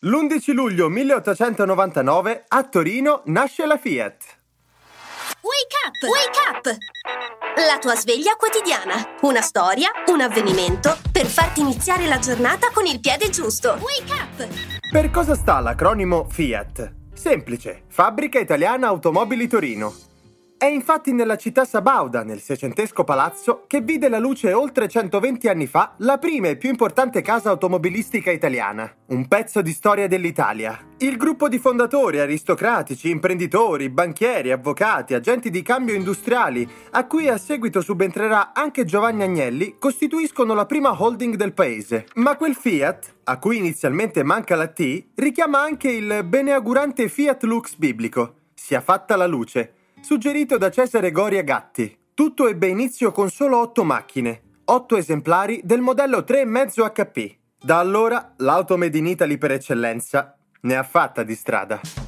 L'11 luglio 1899 a Torino nasce la Fiat. Wake up! Wake up! La tua sveglia quotidiana. Una storia, un avvenimento per farti iniziare la giornata con il piede giusto. Wake up! Per cosa sta l'acronimo Fiat? Semplice, Fabbrica Italiana Automobili Torino. È infatti nella città sabauda, nel seicentesco palazzo, che vide la luce oltre 120 anni fa la prima e più importante casa automobilistica italiana. Un pezzo di storia dell'Italia. Il gruppo di fondatori, aristocratici, imprenditori, banchieri, avvocati, agenti di cambio industriali, a cui a seguito subentrerà anche Giovanni Agnelli, costituiscono la prima holding del paese. Ma quel Fiat, a cui inizialmente manca la T, richiama anche il beneaugurante Fiat Lux biblico. Sia fatta la luce. Suggerito da Cesare Goria Gatti. Tutto ebbe inizio con solo 8 macchine, 8 esemplari del modello 3,5 HP. Da allora, l'auto made in Italy per eccellenza ne ha fatta di strada.